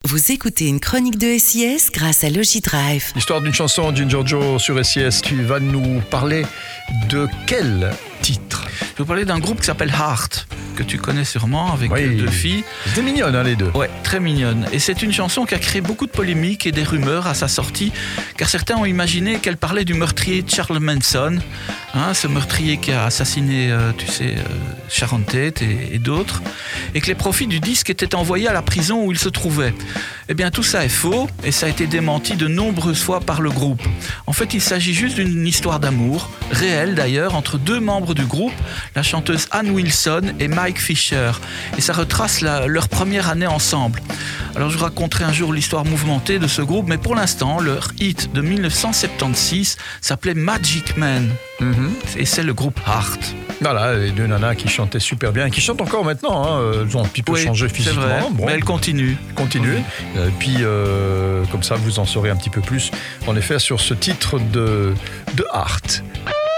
Vous écoutez une chronique de SIS grâce à Logidrive. L'histoire d'une chanson, Ginger Joe sur SIS. Tu vas nous parler de quel titre? Je vais vous parler d'un groupe qui s'appelle Heart, que tu connais sûrement, avec deux filles. C'était mignonne, les deux. Ouais, très mignonne. Et c'est une chanson qui a créé beaucoup de polémiques et des rumeurs à sa sortie, car certains ont imaginé qu'elle parlait du meurtrier Charles Manson, ce meurtrier qui a assassiné, Sharon Tate et d'autres, et que les profits du disque étaient envoyés à la prison où il se trouvait. Eh bien, tout ça est faux, et ça a été démenti de nombreuses fois par le groupe. En fait, il s'agit juste d'une histoire d'amour, réelle d'ailleurs, entre deux membres du groupe, la chanteuse Ann Wilson et Mike Fisher. Et ça retrace leur première année ensemble. Alors, je vous raconterai un jour l'histoire mouvementée de ce groupe, mais pour l'instant, leur hit de 1976 s'appelait Magic Man. Et c'est le groupe Heart. Voilà, les deux nanas qui chantaient super bien, qui chantent encore maintenant. Elles ont un petit peu changé physiquement. C'est vrai, mais elles continuent. Et puis, comme ça, vous en saurez un petit peu plus, en effet, sur ce titre de Heart.